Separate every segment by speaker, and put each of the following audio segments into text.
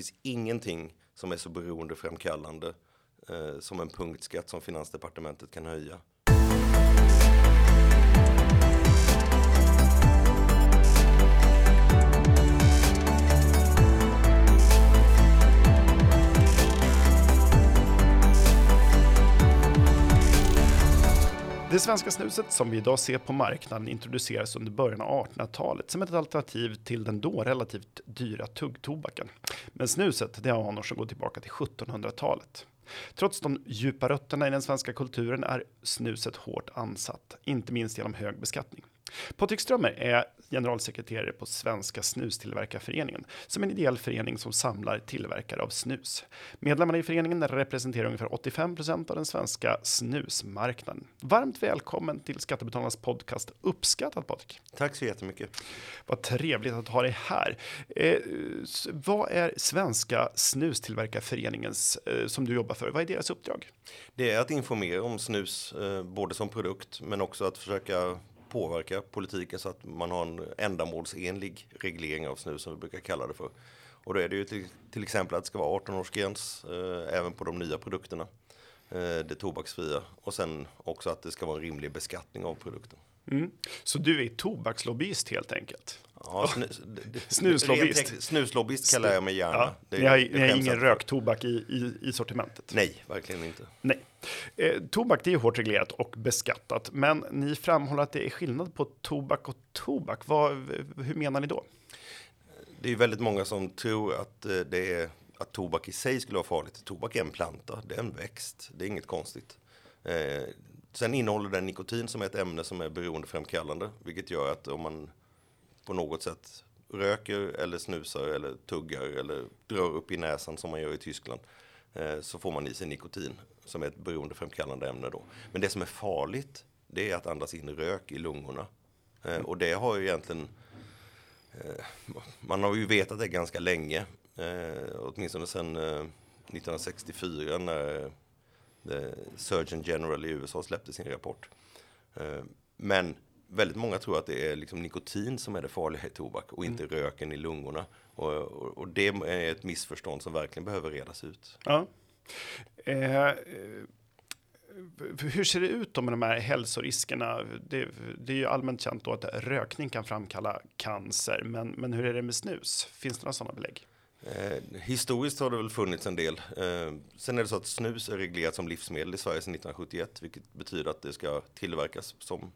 Speaker 1: finns ingenting som är så beroendeframkallande som en punktskatt som Finansdepartementet kan höja.
Speaker 2: Det svenska snuset som vi idag ser på marknaden introduceras under början av 1800-talet som ett alternativ till den då relativt dyra tuggtobaken. Men snuset, det har anor som går tillbaka till 1700-talet. Trots de djupa rötterna i den svenska kulturen är snuset hårt ansatt, inte minst genom hög beskattning. Patrik Strömmer är generalsekreterare på Svenska snustillverkarföreningen, som är en ideell förening som samlar tillverkare av snus. Medlemmarna i föreningen representerar ungefär 85% av den svenska snusmarknaden. Varmt välkommen till Skattebetalarnas podcast. Uppskattat, Patrik.
Speaker 1: Tack så jättemycket.
Speaker 2: Vad trevligt att ha dig här. Vad är Svenska snustillverkarföreningens som du jobbar för? Vad är deras uppdrag?
Speaker 1: Det är att informera om snus, både som produkt men också att försöka påverka politiken så att man har en ändamålsenlig reglering av snus som vi brukar kalla det för. Och då är det ju till exempel att det ska vara 18-årsgräns även på de nya produkterna, det tobaksfria. Och sen också att det ska vara en rimlig beskattning av produkten.
Speaker 2: Mm. Så du är tobakslobbyist helt enkelt?
Speaker 1: Ja, snuslobbyist kallar jag mig gärna.
Speaker 2: Ja, ni har ingen röktobak i sortimentet?
Speaker 1: Nej, verkligen inte.
Speaker 2: Nej. Tobak, det är ju hårt reglerat och beskattat, men ni framhåller att det är skillnad på tobak och tobak. Hur menar ni då?
Speaker 1: Det är ju väldigt många som tror att att tobak i sig skulle vara farligt. Tobak är en planta, det är en växt, det är inget konstigt. Sen innehåller den nikotin som är ett ämne som är beroendeframkallande, vilket gör att om man på något sätt röker eller snusar eller tuggar eller drar upp i näsan som man gör i Tyskland, så får man i sig nikotin som är ett beroendeframkallande ämne då. Men det som är farligt, det är att andas in rök i lungorna. Och det har ju egentligen, man har ju vetat det ganska länge, åtminstone sedan 1964 när Surgeon General i USA släppte sin rapport. Men väldigt många tror att det är liksom nikotin som är det farliga i tobak och inte röken i lungorna. Och det är ett missförstånd som verkligen behöver redas ut.
Speaker 2: Ja. Hur ser det ut då med de här hälsoriskerna? Det är ju allmänt känt då att rökning kan framkalla cancer. Men hur är det med snus? Finns det några sådana belägg?
Speaker 1: Historiskt har det väl funnits en del. Sen är det så att snus är reglerat som livsmedel i Sverige sedan 1971. Vilket betyder att det ska tillverkas som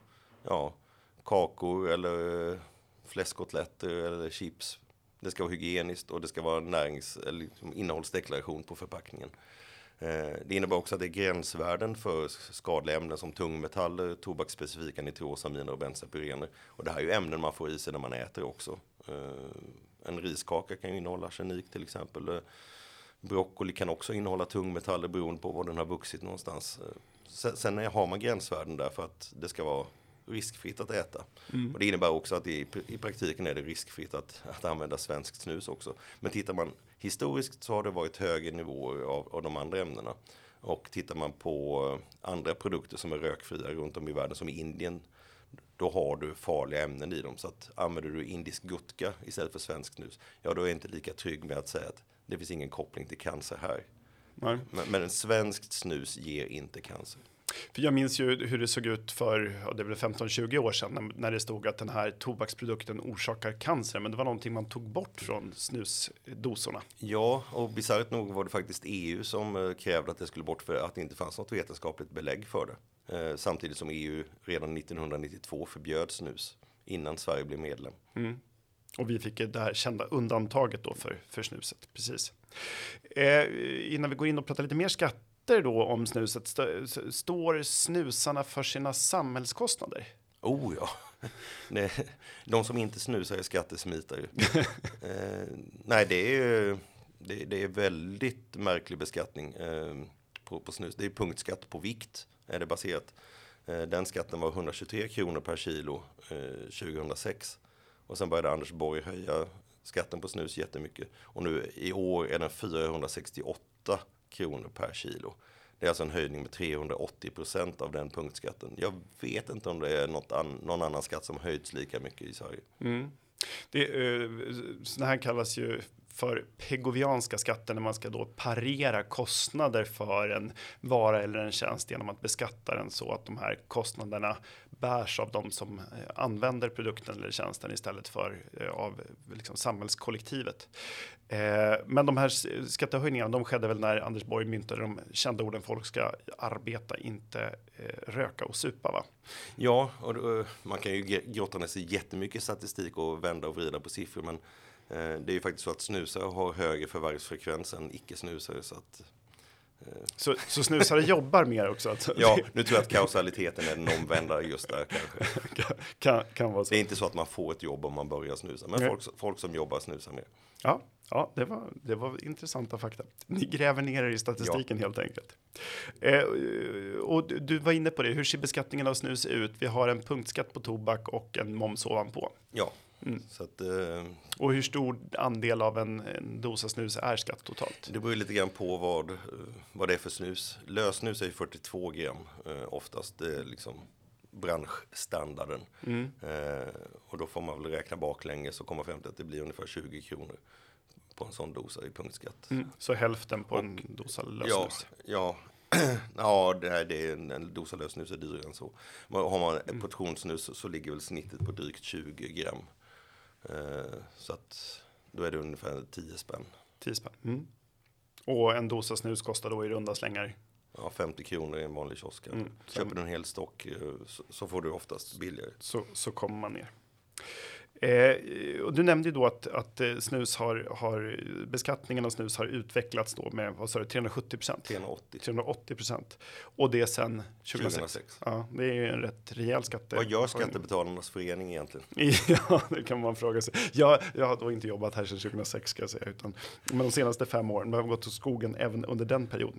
Speaker 1: kakor eller fläskkotletter eller chips. Det ska vara hygieniskt och det ska vara eller innehållsdeklaration på förpackningen. Det innebär också att det är gränsvärden för skadliga ämnen som tungmetaller, tobaksspecifika nitrosaminer och bensopyrener. Och det här är ju ämnen man får i sig när man äter också. En riskaka kan ju innehålla arsenik till exempel. Broccoli kan också innehålla tungmetaller beroende på var den har vuxit någonstans. Sen har man gränsvärden där för att det ska vara riskfritt att äta. Och det innebär också att i praktiken är det riskfritt att använda svenskt snus också. Men tittar man historiskt så har det varit högre nivåer av de andra ämnena. Och tittar man på andra produkter som är rökfria runt om i världen som i Indien, då har du farliga ämnen i dem. Så att använder du indisk gutka istället för svensk snus, då är jag inte lika trygg med att säga att det finns ingen koppling till cancer här.
Speaker 2: Nej.
Speaker 1: Men en svenskt snus ger inte cancer.
Speaker 2: För jag minns ju hur det såg ut för det blev 15-20 år sedan när det stod att den här tobaksprodukten orsakar cancer. Men det var någonting man tog bort från snusdosorna.
Speaker 1: Ja, och bisarrt nog var det faktiskt EU som krävde att det skulle bort för att det inte fanns något vetenskapligt belägg för det. Samtidigt som EU redan 1992 förbjöd snus innan Sverige blev medlem.
Speaker 2: Mm. Och vi fick det här kända undantaget då för snuset, precis. Innan vi går in och pratar lite mer skatter då om snuset, står snusarna för sina samhällskostnader?
Speaker 1: Oh ja, de som inte snusar är skattesmitare. Nej, det är väldigt märklig beskattning på snus. Det är punktskatt på vikt är det baserat. Den skatten var 123 kronor per kilo 2006. Och sen började Anders Borg höja skatten på snus jättemycket. Och nu i år är den 468 kronor per kilo. Det är alltså en höjning med 380% av den punktskatten. Jag vet inte om det är någon annan skatt som höjts lika mycket i Sverige.
Speaker 2: Mm. Såna här kallas ju för pegovianska skatter när man ska då parera kostnader för en vara eller en tjänst genom att beskatta den så att de här kostnaderna bärs av de som använder produkten eller tjänsten istället för av liksom samhällskollektivet. Men de här skattehöjningarna, de skedde väl när Anders Borg myntade de kända orden folk ska arbeta, inte röka och supa, va?
Speaker 1: Ja, och man kan ju grotta ner sig jättemycket statistik och vända och vrida på siffror, men det är ju faktiskt så att snusare har högre förvärvsfrekvens än icke-snusare, så att
Speaker 2: Så snusare jobbar mer också? Alltså.
Speaker 1: Ja, nu tror jag att kausaliteten är den omvända just där kanske.
Speaker 2: Kan vara så.
Speaker 1: Det är inte så att man får ett jobb om man börjar snusa, men folk som jobbar snusar mer.
Speaker 2: Ja, det var intressanta fakta. Ni gräver ner er i statistiken helt enkelt. Och du var inne på det, hur ser beskattningen av snus ut? Vi har en punktskatt på tobak och en moms ovanpå.
Speaker 1: Ja. Så att,
Speaker 2: och hur stor andel av en dosa snus är skatt totalt?
Speaker 1: Det beror lite grann på vad det är för snus. Lösnus är 42 gram oftast. Det är liksom branschstandarden. Och då får man väl räkna baklänges och komma fram till att det blir ungefär 20 kronor på en sån dosa i punktskatt.
Speaker 2: Så hälften på en dosa lösnus?
Speaker 1: Ja, det är en dosa lösnus är dyrare än så. Har man en portionssnus så ligger väl snittet på drygt 20 gram. Så att då är det ungefär 10 spänn.
Speaker 2: 10 spänn. Och en dosa snus kostar då i runda slängar?
Speaker 1: Ja, 50 kronor i en vanlig kiosk. Köper du en hel stock så får du oftast billigare.
Speaker 2: Så kommer man ner. Och du nämnde ju då att snus har beskattningen av snus har utvecklats då med, vad sa du, 370%? 380%. Och det sedan 2006. Ja, det är ju en rätt rejäl skatte.
Speaker 1: Vad gör Skattebetalarnas förening egentligen?
Speaker 2: Ja, det kan man fråga sig. Jag har då inte jobbat här sedan 2006 ska jag säga, men de senaste 5 åren har gått till skogen även under den perioden.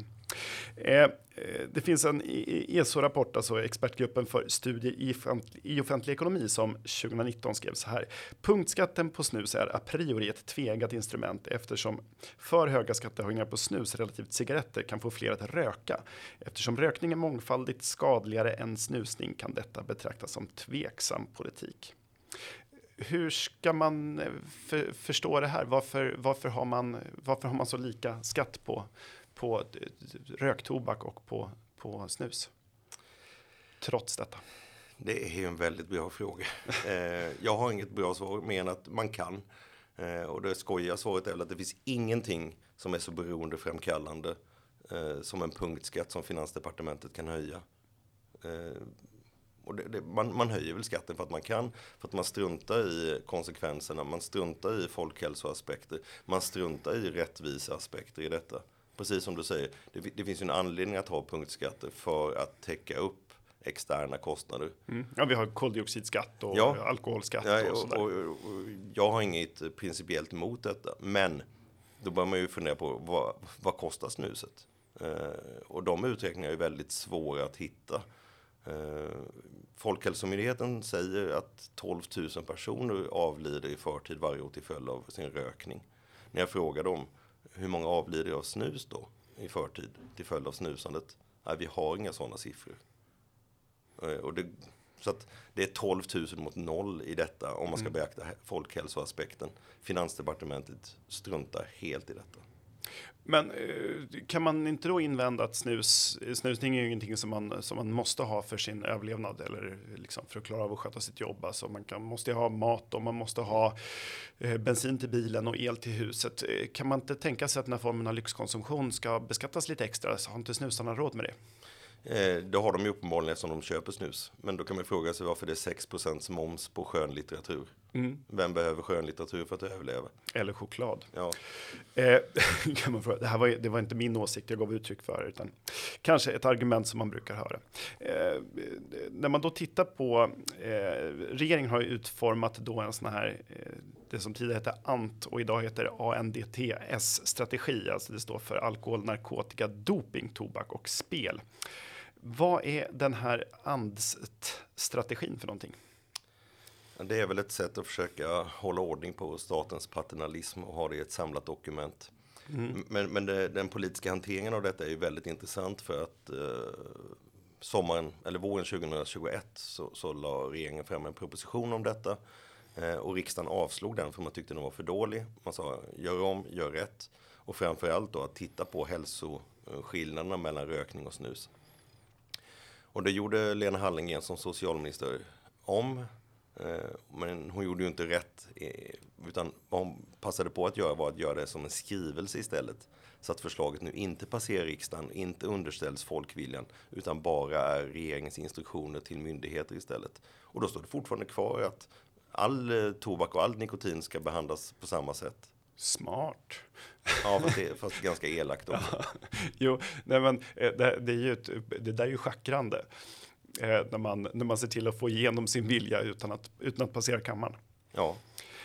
Speaker 2: Det finns en ESO-rapport, alltså expertgruppen för studier i offentlig ekonomi, som 2019 skrev så här. Punktskatten på snus är a priori ett tveeggat instrument eftersom för höga skattehöjningar på snus relativt cigaretter kan få fler att röka. Eftersom rökning är mångfaldigt skadligare än snusning kan detta betraktas som tveksam politik. Hur ska man förstå det här? Varför har man så lika skatt på röktobak och på snus? Trots detta.
Speaker 1: Det är ju en väldigt bra fråga. Jag har inget bra svar, men att man kan. Och det skojiga svaret är väl att det finns ingenting som är så beroendeframkallande som en punktskatt som Finansdepartementet kan höja. Och man höjer väl skatten för att man kan, för att man struntar i konsekvenserna, man struntar i folkhälsoaspekter, man struntar i rättviseaspekter i detta. Precis som du säger, det finns ju en anledning att ha punktskatter för att täcka upp externa kostnader.
Speaker 2: Ja, vi har koldioxidskatt och alkoholskatt och sådär.
Speaker 1: Och jag har inget principiellt emot detta, men då bör man ju fundera på vad kostar snuset? Och de uträkningarna är väldigt svåra att hitta. Folkhälsomyndigheten säger att 12 000 personer avlider i förtid varje år till följd av sin rökning. När jag frågar dem, hur många avlider av snus då i förtid till följd av snusandet? Nej, vi har inga sådana siffror. Så att det är 12 000 mot 0 i detta om man ska beakta folkhälsoaspekten. Finansdepartementet struntar helt i detta.
Speaker 2: Men kan man inte då invända att snusning är ju ingenting som man måste ha för sin överlevnad eller liksom för att klara av att sköta sitt jobb. Alltså måste ha mat och man måste ha bensin till bilen och el till huset. Kan man inte tänka sig att den här formen av lyxkonsumtion ska beskattas lite extra, så har inte snusarna råd med det?
Speaker 1: Det har de ju uppenbarligen eftersom de köper snus. Men då kan man fråga sig varför det är 6% moms på skönlitteratur. Vem behöver skönlitteratur för att överleva?
Speaker 2: Eller choklad.
Speaker 1: Ja.
Speaker 2: Kan man fråga. Det var inte min åsikt jag gav uttryck för, utan kanske ett argument som man brukar höra. När man då tittar på regeringen har ju utformat då en sån här det som tidigare hette ANT och idag heter ANDTS-strategi. Alltså det står för alkohol, narkotika, doping, tobak och spel. Vad är den här ANDT-strategin för någonting?
Speaker 1: Det är väl ett sätt att försöka hålla ordning på statens paternalism och ha det i ett samlat dokument. Men den politiska hanteringen av detta är ju väldigt intressant för att våren 2021 så la regeringen fram en proposition om detta Och riksdagen avslog den för man tyckte den var för dålig. Man sa gör om, gör rätt. Och framförallt då att titta på hälsoskillnaderna mellan rökning och snus. Och det gjorde Lena Hallengren som socialminister om. Men hon gjorde ju inte rätt. Utan vad hon passade på att göra var att göra det som en skrivelse istället. Så att förslaget nu inte passerar riksdagen, inte underställs folkviljan. Utan bara är regeringens instruktioner till myndigheter istället. Och då står det fortfarande kvar att all tobak och all nikotin ska behandlas på samma sätt.
Speaker 2: Smart.
Speaker 1: Ja, fast ganska elakt också.
Speaker 2: Jo, nej men det där är ju schackrande. När man ser till att få igenom sin vilja utan att passera kammaren.
Speaker 1: Ja.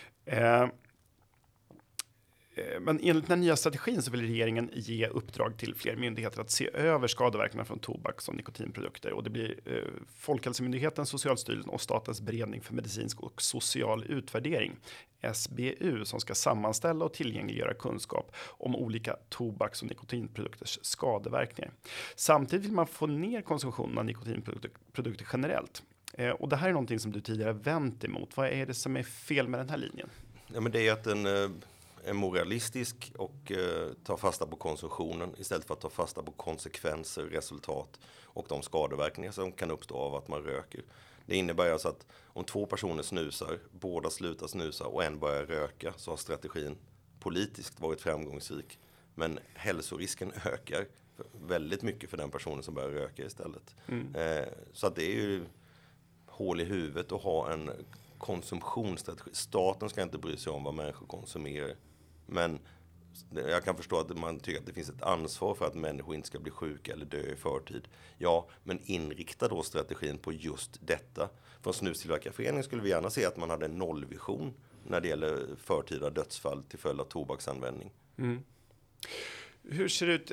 Speaker 2: Men enligt den nya strategin så vill regeringen ge uppdrag till fler myndigheter att se över skadeverkningarna från tobaks- och nikotinprodukter. Och det blir Folkhälsomyndigheten, Socialstyrelsen och Statens beredning för medicinsk och social utvärdering, SBU, som ska sammanställa och tillgängliggöra kunskap om olika tobaks- och nikotinprodukters skadeverkningar. Samtidigt vill man få ner konsumtionen av nikotinprodukter generellt. Och det här är någonting som du tidigare vänt emot. Vad är det som är fel med den här linjen?
Speaker 1: Ja, men det är att den är moralistisk och tar fasta på konsumtionen istället för att ta fasta på konsekvenser, resultat och de skadeverkningar som kan uppstå av att man röker. Det innebär alltså att om 2 personer snusar, båda slutar snusa och en börjar röka, så har strategin politiskt varit framgångsrik. Men hälsorisken ökar väldigt mycket för den personen som börjar röka istället. Så att det är ju hål i huvudet att ha en konsumtionsstrategi. Staten ska inte bry sig om vad människor konsumerar. Men jag kan förstå att man tycker att det finns ett ansvar för att människor inte ska bli sjuka eller dö i förtid. Ja, men inrikta då strategin på just detta. Från Snustillverkarföreningen skulle vi gärna se att man hade en nollvision när det gäller förtida dödsfall till följd av tobaksanvändning.
Speaker 2: Hur ser det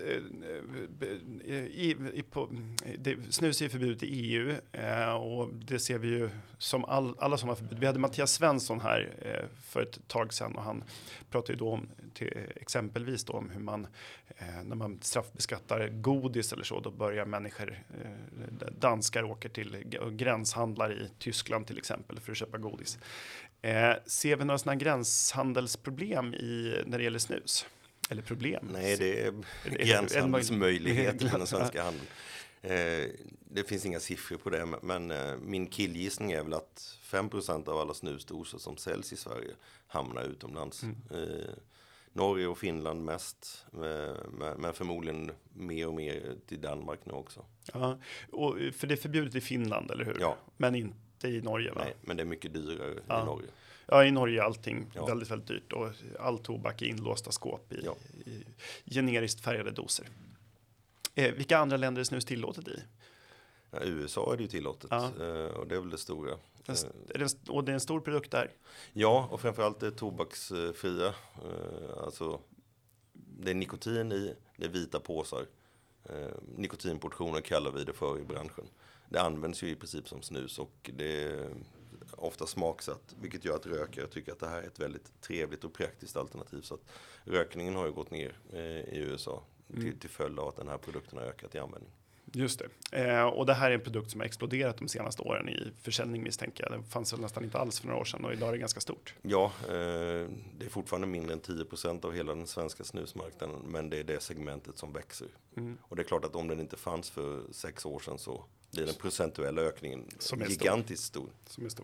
Speaker 2: ut? Snus är förbjudet i EU och det ser vi ju som alla sådana förbud. Vi hade Mattias Svensson här för ett tag sedan och han pratade ju då om exempelvis då om hur man när man straffbeskattar godis eller så, då börjar människor, danskar åker till gränshandlar i Tyskland till exempel för att köpa godis. Ser vi några sådana gränshandelsproblem när det gäller snus? Eller problem?
Speaker 1: Nej, det är gränshandelsmöjligheter på den svenska handeln. Det finns inga siffror på det, men min killgissning är väl att 5% av alla snusdosor som säljs i Sverige hamnar utomlands. Norge och Finland mest, men förmodligen mer och mer till Danmark nu också.
Speaker 2: Ja, och för det är förbjudet i Finland, eller hur?
Speaker 1: Ja.
Speaker 2: Men inte i Norge, va?
Speaker 1: Nej, men det är mycket dyrare i Norge.
Speaker 2: Ja, i Norge är allting väldigt, väldigt dyrt och all tobak är inlåsta skåp i generiskt färgade doser. Vilka andra länder är snus tillåtet i?
Speaker 1: Ja, USA är det ju tillåtet och det är väl det stora.
Speaker 2: Och det är en stor produkt där?
Speaker 1: Ja, och framförallt det tobaksfria. Alltså, det är nikotin i, det är vita påsar. Nikotinportioner kallar vi det för i branschen. Det används ju i princip som snus och det är ofta smaksatt, vilket gör att rökare tycker att det här är ett väldigt trevligt och praktiskt alternativ. Så att rökningen har ju gått ner i USA till följd av att den här produkten har ökat i användning.
Speaker 2: Just det. Och det här är en produkt som har exploderat de senaste åren i försäljning, misstänker jag. Det fanns väl nästan inte alls för några år sedan och idag är det ganska stort.
Speaker 1: Ja, det är fortfarande mindre än 10% av hela den svenska snusmarknaden, men det är det segmentet som växer. Och det är klart att om den inte fanns för 6 år sedan så blir den procentuella ökningen som är gigantiskt stor.
Speaker 2: Som är stor.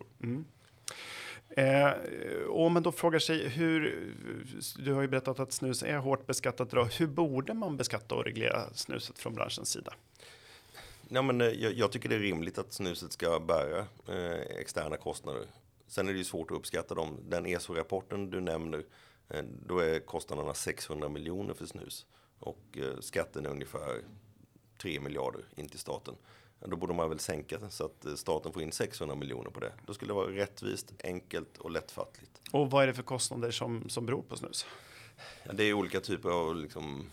Speaker 2: Och man då frågar sig du har ju berättat att snus är hårt beskattat idag. Hur borde man beskatta och reglera snuset från branschens sida?
Speaker 1: Ja, men jag tycker det är rimligt att snuset ska bära externa kostnader. Sen är det ju svårt att uppskatta dem. Den ESO-rapporten du nämner, då är kostnaderna 600 miljoner för snus. Och skatten är ungefär 3 miljarder in till staten. Då borde man väl sänka så att staten får in 600 miljoner på det. Då skulle det vara rättvist, enkelt och lättfattligt.
Speaker 2: Och vad är det för kostnader som beror på snus?
Speaker 1: Ja, det är olika typer av liksom,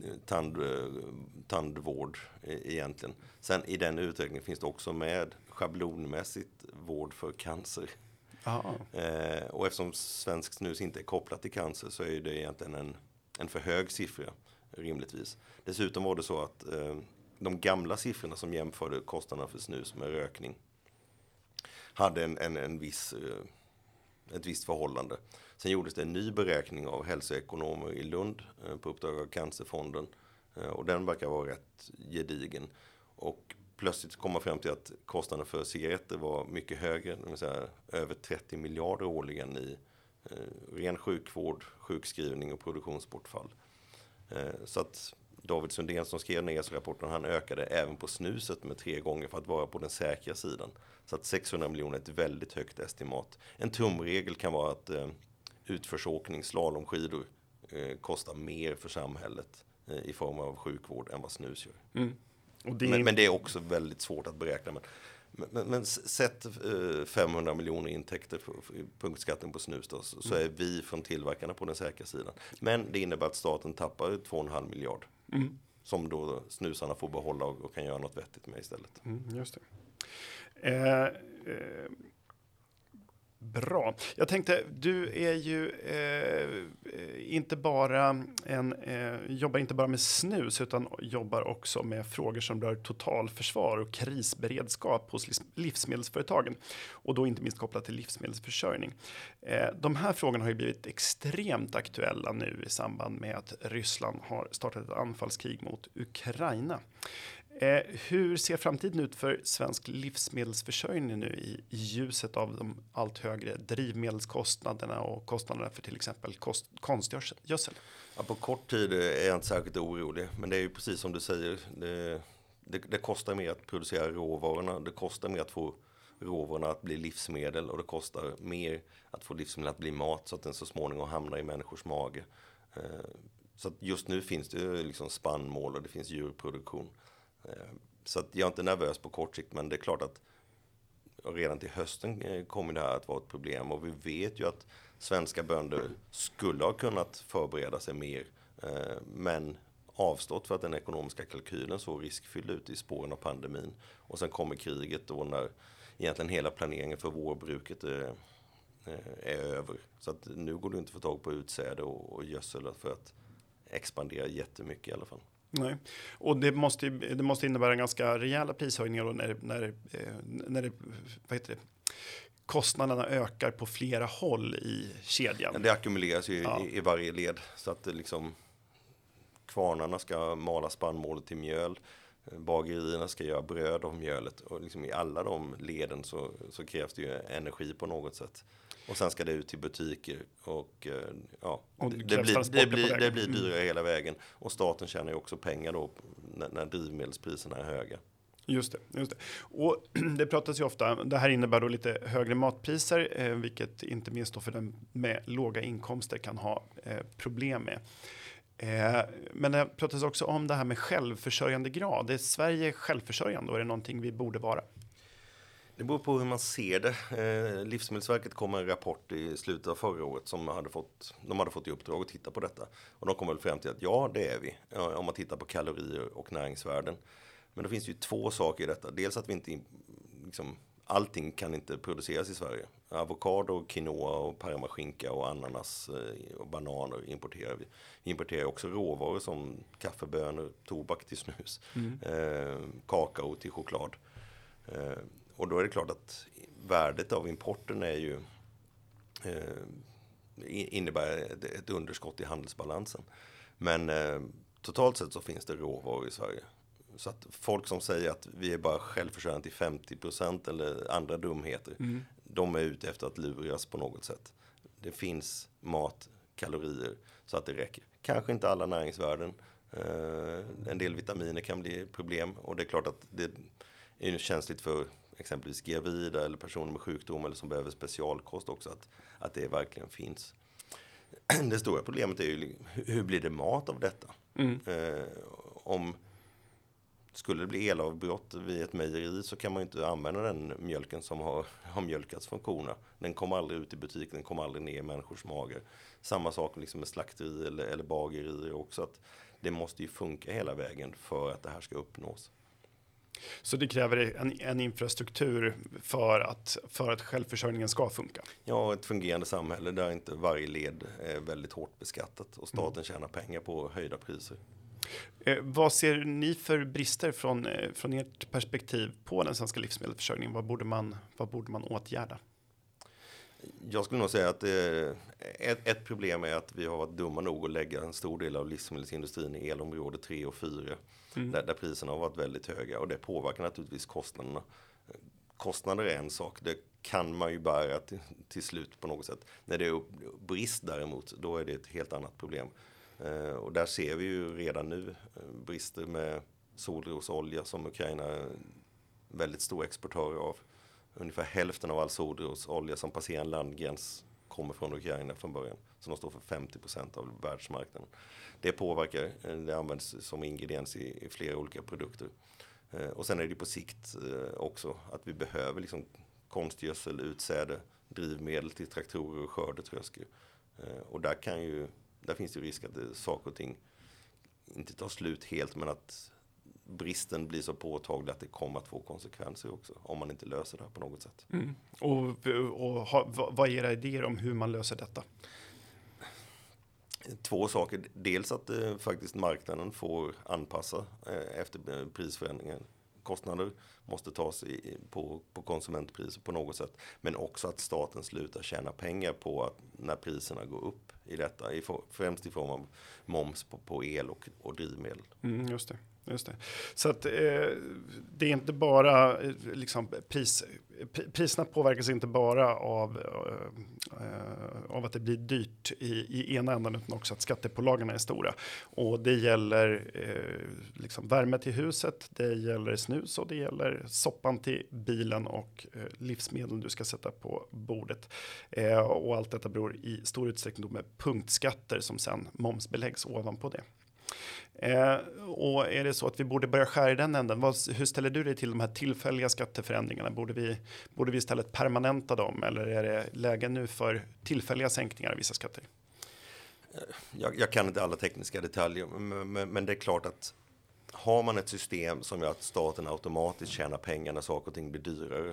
Speaker 1: tandvård egentligen. Sen i den uträkningen finns det också med schablonmässigt vård för cancer. Och eftersom svensk snus inte är kopplat till cancer så är det egentligen en för hög siffra rimligtvis. Dessutom var det så att de gamla siffrorna som jämförde kostnaderna för snus med rökning hade en viss ett visst förhållande. Sen gjordes det en ny beräkning av hälsoekonomer i Lund på uppdrag av Cancerfonden. Och den verkar vara rätt gedigen. Och plötsligt kom man fram till att kostnaden för cigaretter var mycket högre. Det vill säga över 30 miljarder årligen i ren sjukvård, sjukskrivning och produktionsbortfall. Så att David Sundén som skrev den ESO-rapporten, han ökade även på snuset med 3 gånger för att vara på den säkra sidan. Så att 600 miljoner är ett väldigt högt estimat. En tumregel kan vara att utförsåkning, slalomskidor kostar mer för samhället i form av sjukvård än vad snus gör.
Speaker 2: Mm. Och
Speaker 1: men det är också väldigt svårt att beräkna. Men sätt 500 miljoner intäkter för punktskatten på snus då, så är vi från tillverkarna på den säkra sidan. Men det innebär att staten tappar 2,5 miljard. Som då snusarna får behålla och kan göra något vettigt med istället.
Speaker 2: Just det. Bra. Jag tänkte, du är ju jobbar inte bara med snus utan jobbar också med frågor som rör totalförsvar och krisberedskap hos livsmedelsföretagen. Och då inte minst kopplat till livsmedelsförsörjning. De här frågorna har ju blivit extremt aktuella nu i samband med att Ryssland har startat ett anfallskrig mot Ukraina. Hur ser framtiden ut för svensk livsmedelsförsörjning nu i ljuset av de allt högre drivmedelskostnaderna och kostnaderna för till exempel konstgödsel?
Speaker 1: Ja, på kort tid är jag inte särskilt orolig, men det är ju precis som du säger, det kostar mer att producera råvarorna, det kostar mer att få råvarorna att bli livsmedel och det kostar mer att få livsmedel att bli mat så att den så småningom hamnar i människors mage. Så att just nu finns det liksom spannmål och det finns djurproduktion. Så att jag är inte nervös på kort sikt, men det är klart att redan till hösten kommer det här att vara ett problem och vi vet ju att svenska bönder skulle ha kunnat förbereda sig mer men avstått för att den ekonomiska kalkylen såg riskfylld ut i spåren av pandemin och sen kommer kriget då när egentligen hela planeringen för vårbruket är över. Så att nu går det inte att få tag på utsäde och gödsel för att expandera jättemycket i alla fall.
Speaker 2: Nej, och det måste innebära ganska rejäla prishöjningar då när kostnaderna ökar på flera håll i kedjan.
Speaker 1: Det ackumuleras ju i varje led så att det liksom kvarnarna ska mala spannmålet till mjöl, bagerierna ska göra bröd av mjölet och liksom i alla de leden så krävs det ju energi på något sätt. Och sen ska det ut till butiker och det blir dyrare hela vägen. Och staten tjänar ju också pengar då när drivmedelspriserna är höga.
Speaker 2: Just det. Och det pratas ju ofta, det här innebär då lite högre matpriser, vilket inte minst då för den med låga inkomster kan ha problem med. Men det pratas också om det här med självförsörjande grad. Är Sverige självförsörjande och är det någonting vi borde vara?
Speaker 1: Det beror på hur man ser det. Livsmedelsverket kom med en rapport i slutet av förra året som de hade fått i uppdrag att titta på detta. Och de kom väl fram till att ja, det är vi. Om man tittar på kalorier och näringsvärden. Men det finns ju 2 saker i detta. Dels att vi inte, allting kan inte produceras i Sverige. Avokado, quinoa och parmaskinka och ananas och bananer importerar vi. Vi importerar också råvaror som kaffebönor, tobak till snus, kakao till choklad. Och då är det klart att värdet av importen är ju innebär ett underskott i handelsbalansen. Men totalt sett så finns det råvaror i Sverige. Så att folk som säger att vi är bara självförsörjande till 50% eller andra dumheter, de är ute efter att luras på något sätt. Det finns mat, kalorier så att det räcker. Kanske inte alla näringsvärden. En del vitaminer kan bli problem och det är klart att det är känsligt för exempelvis gravida eller personer med sjukdom eller som behöver specialkost också att det verkligen finns. Det stora problemet är ju hur blir det mat av detta? Skulle det bli elavbrott vid ett mejeri så kan man ju inte använda den mjölken som har mjölkats från korna. Den kommer aldrig ut i butiken, den kommer aldrig ner i människors magar. Samma sak liksom med slakteri eller bagerier också. Att det måste ju funka hela vägen för att det här ska uppnås.
Speaker 2: Så det kräver en infrastruktur för att självförsörjningen ska funka?
Speaker 1: Ja, ett fungerande samhälle där inte varje led är väldigt hårt beskattat och staten tjänar pengar på höjda priser.
Speaker 2: Vad ser ni för brister från ert perspektiv på den svenska livsmedelsförsörjningen? Vad borde man åtgärda?
Speaker 1: Jag skulle nog säga att ett problem är att vi har varit dumma nog att lägga en stor del av livsmedelsindustrin i elområde 3 och 4. Där priserna har varit väldigt höga och det påverkar naturligtvis kostnaderna. Kostnader är en sak, det kan man ju bära till slut på något sätt. När det är brist däremot, då är det ett helt annat problem. Och där ser vi ju redan nu brister med solrosolja som Ukraina är väldigt stor exportör av. Ungefär hälften av all solrosolja som passerar en landgräns kommer från Ukraina från början. Så de står för 50% av världsmarknaden. Det påverkar, det används som ingrediens i flera olika produkter. Och sen är det på sikt också att vi behöver liksom konstgödsel, utsäde, drivmedel till traktorer och skördetröskor. Och där finns det risk att saker och ting inte tar slut helt, men att bristen blir så påtaglig att det kommer att få konsekvenser också om man inte löser det här på något sätt.
Speaker 2: Vad är era idéer om hur man löser detta?
Speaker 1: Två saker. Dels att faktiskt marknaden får anpassa efter prisförändringen. Kostnader måste tas på konsumentpriser på något sätt. Men också att staten slutar tjäna pengar på att när priserna går upp i detta. Främst i form av moms på el och drivmedel.
Speaker 2: Just det. Så att det är inte bara liksom priserna påverkas inte bara av att det blir dyrt i ena änden, utan också att skattepålagorna är stora. Och det gäller liksom värme till huset, det gäller snus och det gäller soppan till bilen och livsmedel du ska sätta på bordet. Och allt detta beror i stor utsträckning med punktskatter som sen momsbeläggs ovanpå det. Och är det så att vi borde börja skära i den änden? Hur ställer du dig till de här tillfälliga skatteförändringarna? Borde vi istället permanenta dem, eller är det läge nu för tillfälliga sänkningar av vissa skatter?
Speaker 1: Jag kan inte alla tekniska detaljer, men det är klart att har man ett system som gör att staten automatiskt tjänar pengar när saker och ting blir dyrare,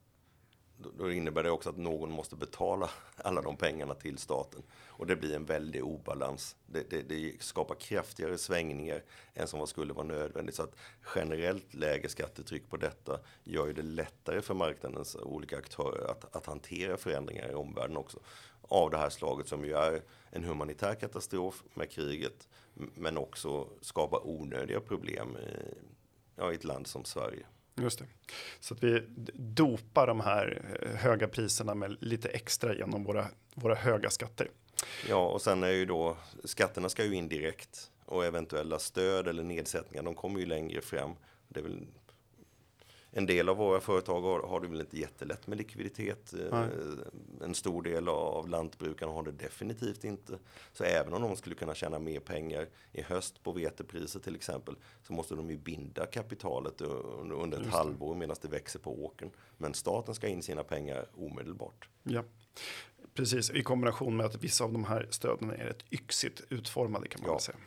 Speaker 1: då innebär det också att någon måste betala alla de pengarna till staten. Och det blir en väldig obalans. Det skapar kraftigare svängningar än som vad skulle vara nödvändigt. Så att generellt lägre skattetryck på detta gör ju det lättare för marknadens olika aktörer att hantera förändringar i omvärlden också. Av det här slaget som ju är en humanitär katastrof med kriget, men också skapar onödiga problem i ett land som Sverige.
Speaker 2: Just det. Så att vi dopar de här höga priserna med lite extra genom våra höga skatter.
Speaker 1: Ja, och sen är ju då skatterna ska ju in direkt, och eventuella stöd eller nedsättningar, de kommer ju längre fram. Det är väl en del av våra företag har det väl inte jättelätt med likviditet. En stor del av lantbrukarna har det definitivt inte. Så även om de skulle kunna tjäna mer pengar i höst på vetepriser till exempel, så måste de ju binda kapitalet under ett halvår medan det växer på åkern. Men staten ska in sina pengar omedelbart.
Speaker 2: Ja, precis. I kombination med att vissa av de här stöden är rätt yxigt utformade, kan man väl säga.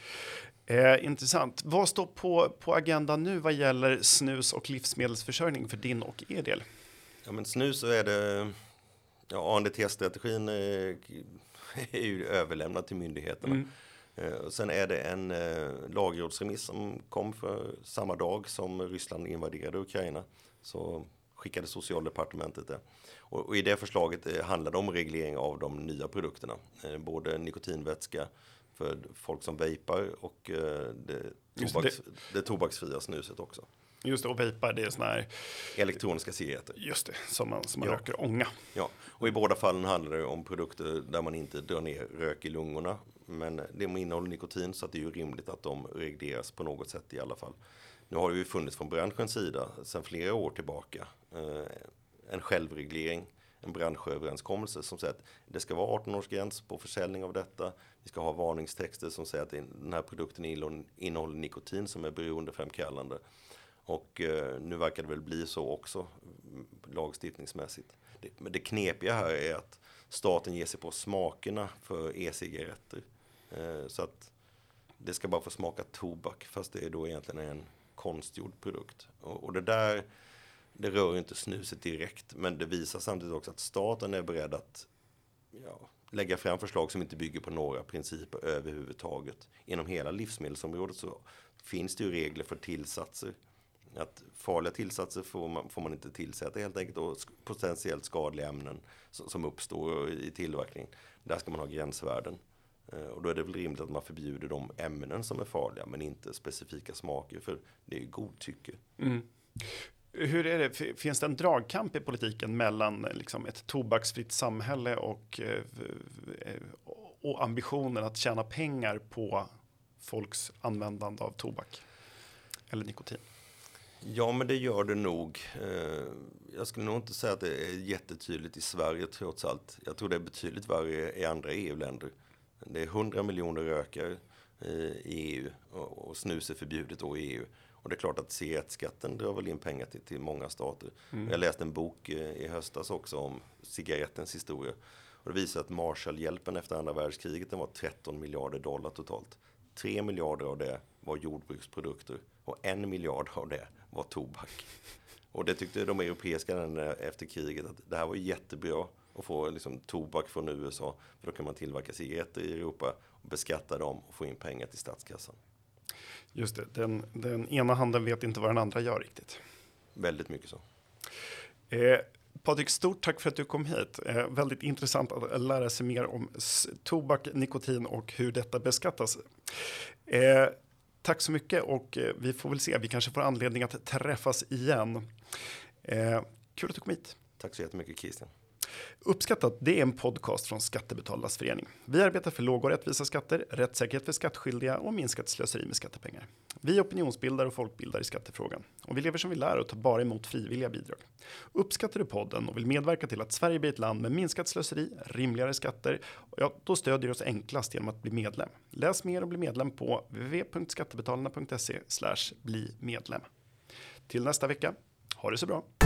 Speaker 2: Intressant. Vad står på agendan nu vad gäller snus och livsmedelsförsörjning för din och er del?
Speaker 1: Ja, men snus så är det, ANDT-strategin är ju överlämnad till myndigheterna. Sen är det en lagrådsremiss som kom för samma dag som Ryssland invaderade Ukraina. Så skickade socialdepartementet det. Och i det förslaget handlar det om reglering av de nya produkterna. Både nikotinvätska för folk som vapar och det tobaksfria snuset också.
Speaker 2: Just det, och vapar, det är såna här
Speaker 1: elektroniska cigaretter.
Speaker 2: Just det, som man röker ånga.
Speaker 1: Ja, och i båda fallen handlar det om produkter där man inte drar ner rök i lungorna. Men det innehåller nikotin, så att det är ju rimligt att de regleras på något sätt i alla fall. Nu har det ju funnits från branschens sida sedan flera år tillbaka en självreglering, en branschöverenskommelse som säger att det ska vara 18-årsgräns på försäljning av detta. Vi ska ha varningstexter som säger att den här produkten innehåller nikotin som är beroendeframkallande. Och nu verkar det väl bli så också lagstiftningsmässigt. Men det knepiga här är att staten ger sig på smakerna för e-cigaretter. Så att det ska bara få smaka tobak, fast det är då egentligen en konstgjord produkt. Och det rör inte snuset direkt, men det visar samtidigt också att staten är beredd att lägga fram förslag som inte bygger på några principer överhuvudtaget. Inom hela livsmedelsområdet så finns det ju regler för tillsatser. att farliga tillsatser får man inte tillsätta helt enkelt, och potentiellt skadliga ämnen som uppstår i tillverkning. Där ska man ha gränsvärden. Och då är det väl rimligt att man förbjuder de ämnen som är farliga, men inte specifika smaker, för det är ju godtycke.
Speaker 2: Mm. Hur är det? Finns det en dragkamp i politiken mellan liksom ett tobaksfritt samhälle och ambitionen att tjäna pengar på folks användande av tobak eller nikotin?
Speaker 1: Ja, men det gör det nog. Jag skulle nog inte säga att det är jättetydligt i Sverige trots allt. Jag tror det är betydligt värre i andra EU-länder. Det är 100 miljoner rökare i EU och snus är förbjudet då i EU. Och det är klart att cigarettskatten drar väl in pengar till många stater. Jag läste en bok i höstas också om cigarettens historia. Och det visar att Marshallhjälpen efter andra världskriget, den var 13 miljarder dollar totalt. 3 miljarder av det var jordbruksprodukter och 1 miljard av det var tobak. Och det tyckte de europeiska länderna efter kriget att det här var jättebra att få liksom tobak från USA. För då kan man tillverka cigaretter i Europa och beskatta dem och få in pengar till statskassan.
Speaker 2: Just det, den ena handen vet inte vad den andra gör riktigt.
Speaker 1: Väldigt mycket så.
Speaker 2: Patrik, stort tack för att du kom hit. Väldigt intressant att lära sig mer om tobak, nikotin och hur detta beskattas. Tack så mycket, och vi får väl se. Vi kanske får anledning att träffas igen. Kul att du kom hit.
Speaker 1: Tack så jättemycket, Christian.
Speaker 2: Uppskattat, det är en podcast från Skattebetalarnas förening. Vi arbetar för låga och rättvisa skatter, rättssäkerhet för skattskyldiga och minskat slöseri med skattepengar. Vi är opinionsbildare och folkbildare i skattefrågan. Och vi lever som vi lär och tar bara emot frivilliga bidrag. Uppskattar du podden och vill medverka till att Sverige blir ett land med minskat slöseri, rimligare skatter, ja, då stödjer du oss enklast genom att bli medlem. Läs mer och bli medlem på www.skattebetalarna.se/bli medlem. Till nästa vecka, ha det så bra!